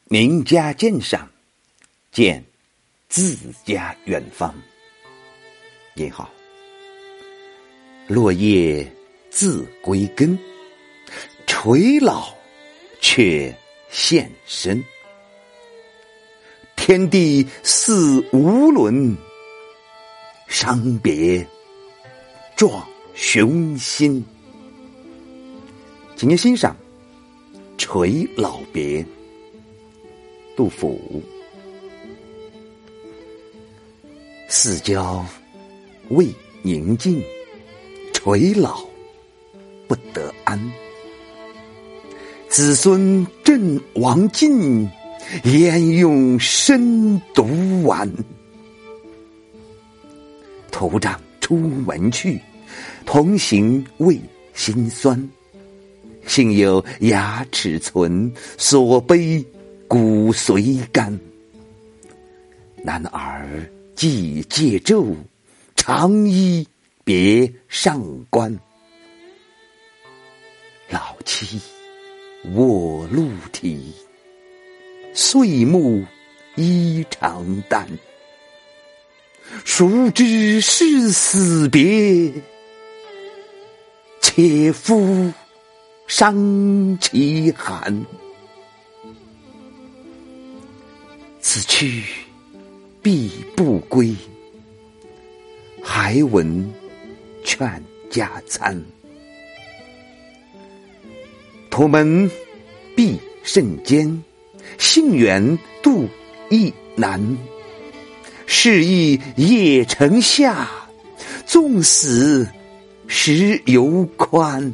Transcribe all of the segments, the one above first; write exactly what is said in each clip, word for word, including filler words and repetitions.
名家鉴赏，见自家远方。您好，落叶自归根，垂老却现身。天地似无伦，伤别壮雄心。请您欣赏《垂老别》，杜甫。四郊未宁静，垂老不得安。子孙阵亡尽，焉用身独完？头丈出门去，同行为辛酸。幸有牙齿存，所悲骨髓干。男儿既戒胄，长衣别上冠。老妻卧鹿蹄，岁暮衣裳单。孰知是死别，且夫伤其寒。此去必不归，还闻劝家餐。土门闭甚坚，幸远渡亦难。是亦夜城下，纵死时犹宽。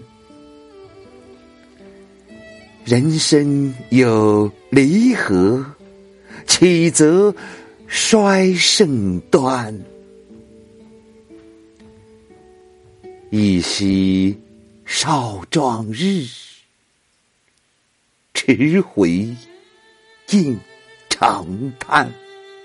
人生有离合，岂则衰盛端？一夕少壮日，迟回竟长叹。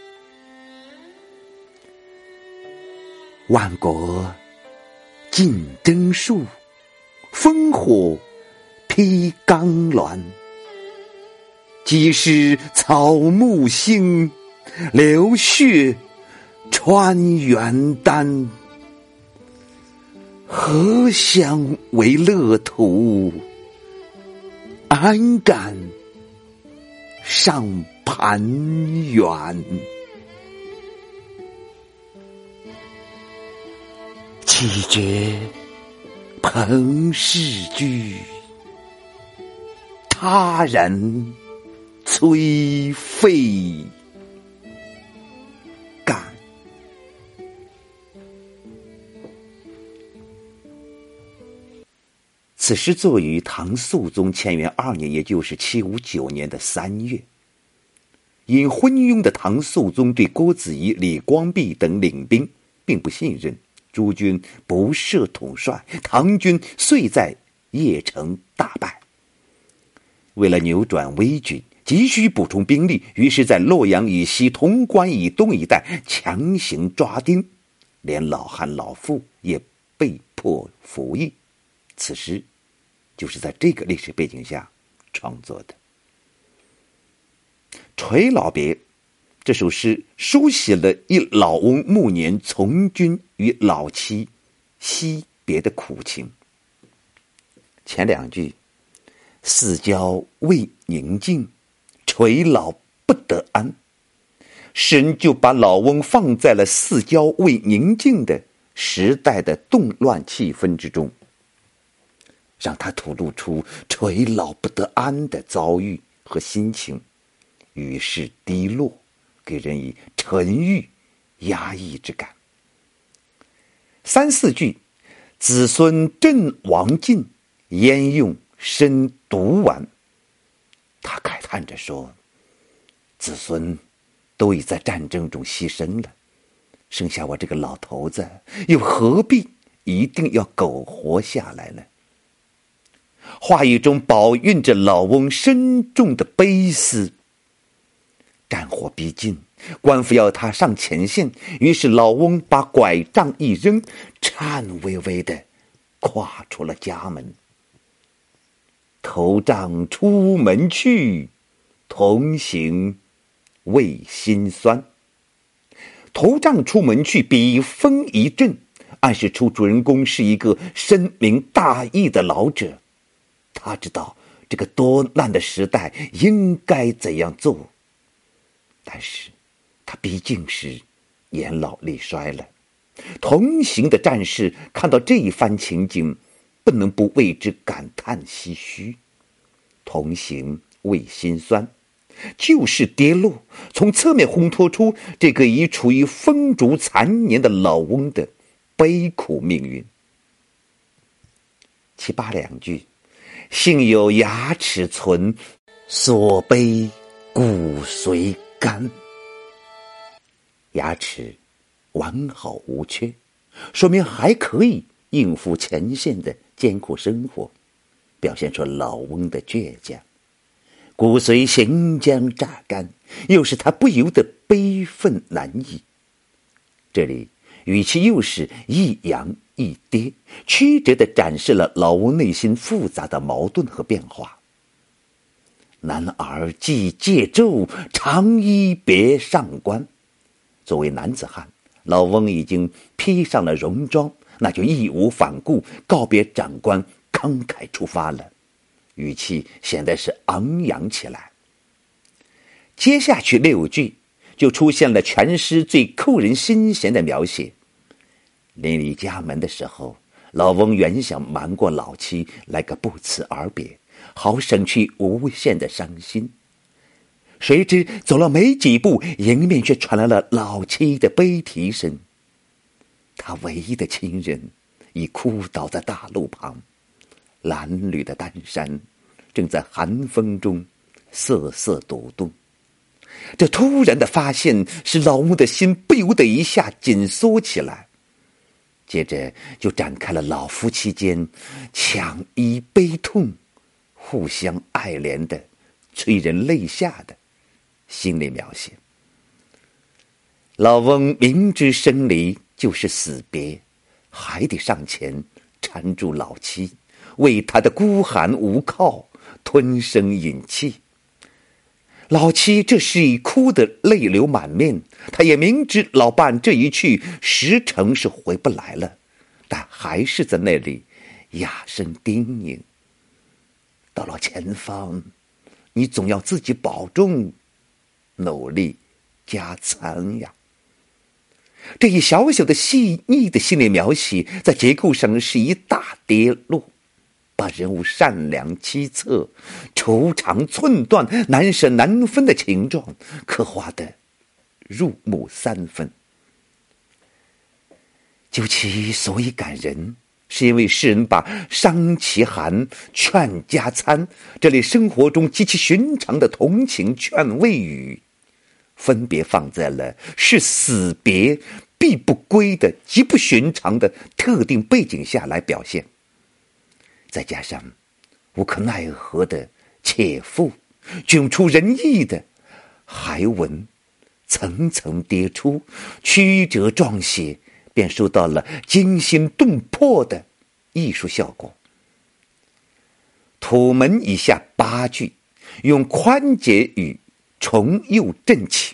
万国竞争术，烽火披钢鸾。几时草木兴，流血穿元丹。何想为乐土，安敢上盘旋？岂觉朋氏居，他人催肺干。此诗作于唐肃宗乾元二年，也就是七五九年的三月。因昏庸的唐肃宗对郭子仪、李光弼等领兵并不信任，诸军不设统帅，唐军遂在邺城大败。为了扭转危局，急需补充兵力，于是在洛阳以西、潼关以东一带强行抓丁，连老汉老妇也被迫服役。此诗就是在这个历史背景下创作的。《垂老别》这首诗书写了一老翁暮年从军与老妻惜别的苦情。前两句四郊未宁静，垂老不得安，诗人就把老翁放在了四郊未宁静的时代的动乱气氛之中，让他吐露出垂老不得安的遭遇和心情，于是低落，给人以沉郁压抑之感。三四句子孙阵亡尽，焉用身独完。他慨叹着说，子孙都已在战争中牺牲了，剩下我这个老头子，又何必一定要苟活下来呢？话语中饱蕴着老翁深重的悲思。战火逼近，官府要他上前线，于是老翁把拐杖一扔，颤巍巍地跨出了家门。头丈出门去， 同行为心酸。头杖出门去，笔锋一震，暗示出主人公是一个深明大义的老者。他知道这个多难的时代应该怎样做，但是他毕竟是年老力衰了。同行的战士看到这一番情景，不能不为之感叹唏嘘。同行为心酸，就是跌落，从侧面烘托出这个已处于风烛残年的老翁的悲苦命运。其八两句，幸有牙齿存，所悲骨髓干。牙齿完好无缺，说明还可以应付前线的艰苦生活，表现出老翁的倔强。骨髓行将榨干，又使他不由得悲愤难抑。这里语气又是一扬一跌，曲折地展示了老翁内心复杂的矛盾和变化。男儿既戒胄，长衣别上冠。作为男子汉，老翁已经披上了戎装，那就义无反顾，告别长官，慷慨出发了，语气显得是昂扬起来。接下去六句就出现了全诗最扣人心弦的描写。临离家门的时候，老翁原想瞒过老妻来个不辞而别，好省去无限的伤心。谁知走了没几步，迎面却传来了老妻的悲啼声。他唯一的亲人已哭倒在大路旁，褴褛的丹山正在寒风中瑟瑟抖动。这突然的发现使老翁的心不由得一下紧缩起来，接着就展开了老夫妻间抢衣悲痛、互相爱怜的催人泪下的心理描写。老翁明知生离就是死别，还得上前搀住老妻，为他的孤寒无靠吞声饮气。老妻这时已哭得泪流满面，他也明知老伴这一去十成是回不来了，但还是在那里哑声叮咛：到了前方，你总要自己保重，努力加餐呀。这一小小的细腻的心理描写，在结构上是一大跌落，把人物善良凄恻、愁肠寸断、难舍难分的情状刻画得入木三分。究其所以感人，是因为诗人把伤其寒、劝加餐这类生活中极其寻常的同情劝慰语，分别放在了是死别必不归的极不寻常的特定背景下来表现，再加上无可奈何的且富、迥出人意的还文层层叠出，曲折状写，便收到了惊心动魄的艺术效果。土门以下八句用宽解语重又振起。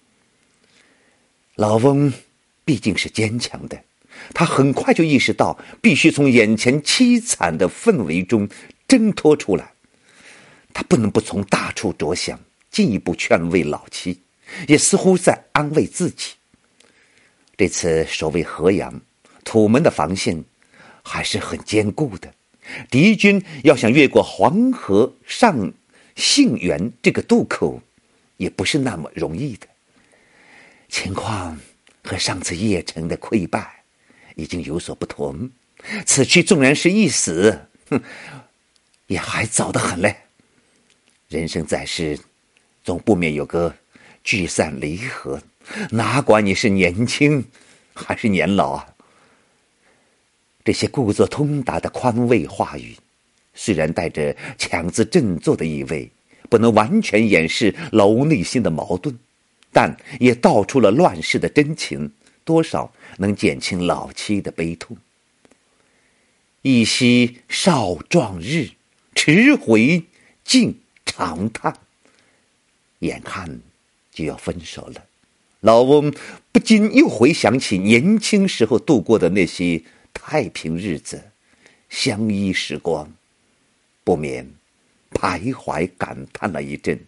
老翁毕竟是坚强的，他很快就意识到必须从眼前凄惨的氛围中挣脱出来。他不能不从大处着想，进一步劝慰老妻，也似乎在安慰自己。这次守卫河阳，土门的防线还是很坚固的，敌军要想越过黄河上杏园这个渡口，也不是那么容易的。情况和上次邺城的溃败已经有所不同，此去纵然是一死，哼，也还早得很嘞。人生在世，总不免有个聚散离合，哪管你是年轻还是年老啊。这些故作通达的宽慰话语，虽然带着强自振作的意味，不能完全掩饰老吴内心的矛盾，但也道出了乱世的真情，多少能减轻老妻的悲痛。一夕少壮日，迟回尽长叹。 眼看就要分手了，老翁不禁又回想起年轻时候度过的那些太平日子，相依时光，不免徘徊感叹了一阵。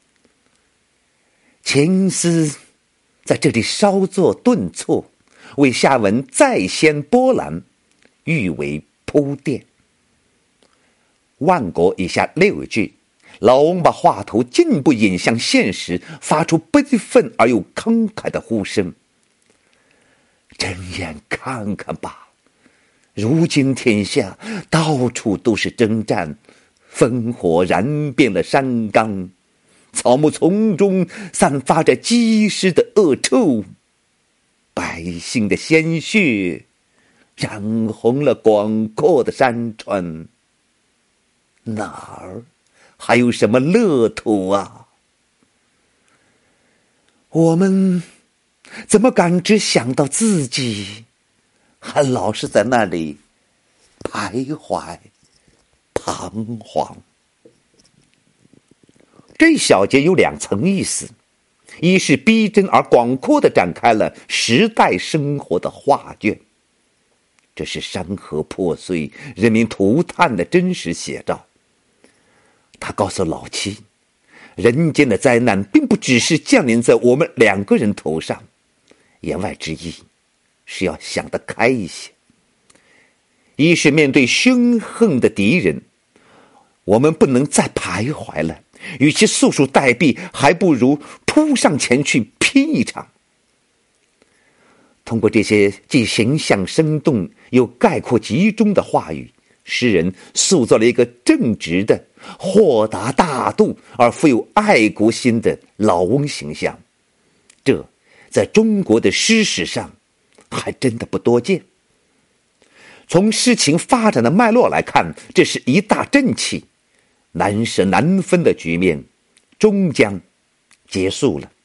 情思在这里稍作顿挫，为下文再掀波澜预为铺垫。万国以下六句，老翁把话头进一步引向现实，发出悲愤而又慷慨的呼声。睁眼看看吧，如今天下到处都是征战，烽火燃遍了山冈，草木丛中散发着鸡尸的恶臭，百姓的鲜血染红了广阔的山川，哪儿还有什么乐土啊？我们怎么敢只想到自己，还老是在那里徘徊彷徨？这一小节有两层意思，一是逼真而广阔地展开了时代生活的画卷，这是山河破碎、人民涂炭的真实写照。他告诉老七，人间的灾难并不只是降临在我们两个人头上，言外之意是要想得开一些。一是面对凶横的敌人，我们不能再徘徊了，与其束手待毙，还不如扑上前去拼一场。通过这些既形象生动又概括集中的话语，诗人塑造了一个正直的、豁达大度而富有爱国心的老翁形象，这在中国的诗史上还真的不多见。从诗情发展的脉络来看，这是一大正气，难舍难分的局面终将结束了。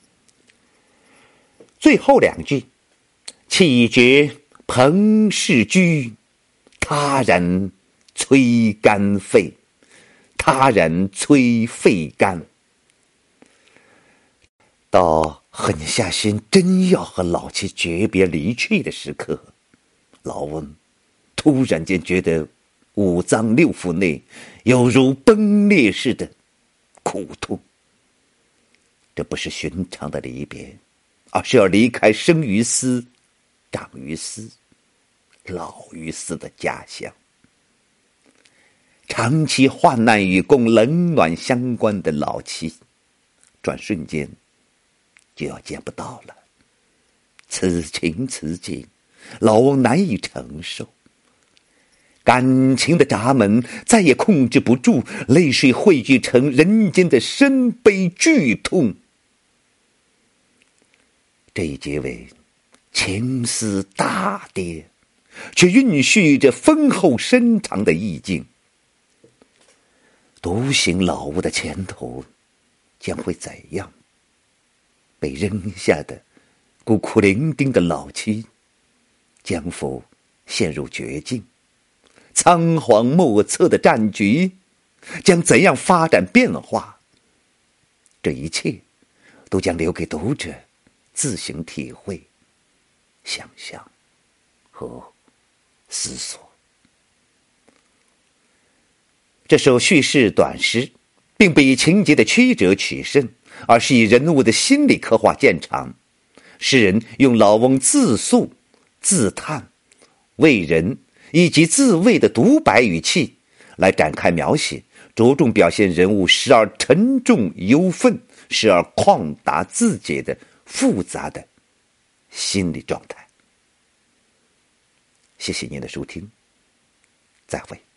最后两句，气绝彭氏居，他人催肝肺，他人催肺肝。到狠下心真要和老七诀别离去的时刻，老翁突然间觉得五脏六腑内有如崩裂似的苦痛。这不是寻常的离别，而是要离开生于斯、长于斯、老于斯的家乡。长期患难与共、冷暖相关的老七，转瞬间就要见不到了。此情此景，老翁难以承受，感情的闸门再也控制不住，泪水汇聚成人间的深悲剧痛。这一结尾情思大跌，却蕴蓄着丰厚深长的意境。独行老屋的前途将会怎样？被扔下的孤苦伶仃的老七将否陷入绝境？仓皇莫测的战局将怎样发展变化？这一切都将留给读者自行体会、想象和思索。这首叙事短诗并不以情节的曲折取胜，而是以人物的心理刻画见长。诗人用老翁自诉、自叹、为人以及自慰的独白语气来展开描写，着重表现人物时而沉重忧愤，时而旷达自解的复杂的心理状态。谢谢您的收听，再会。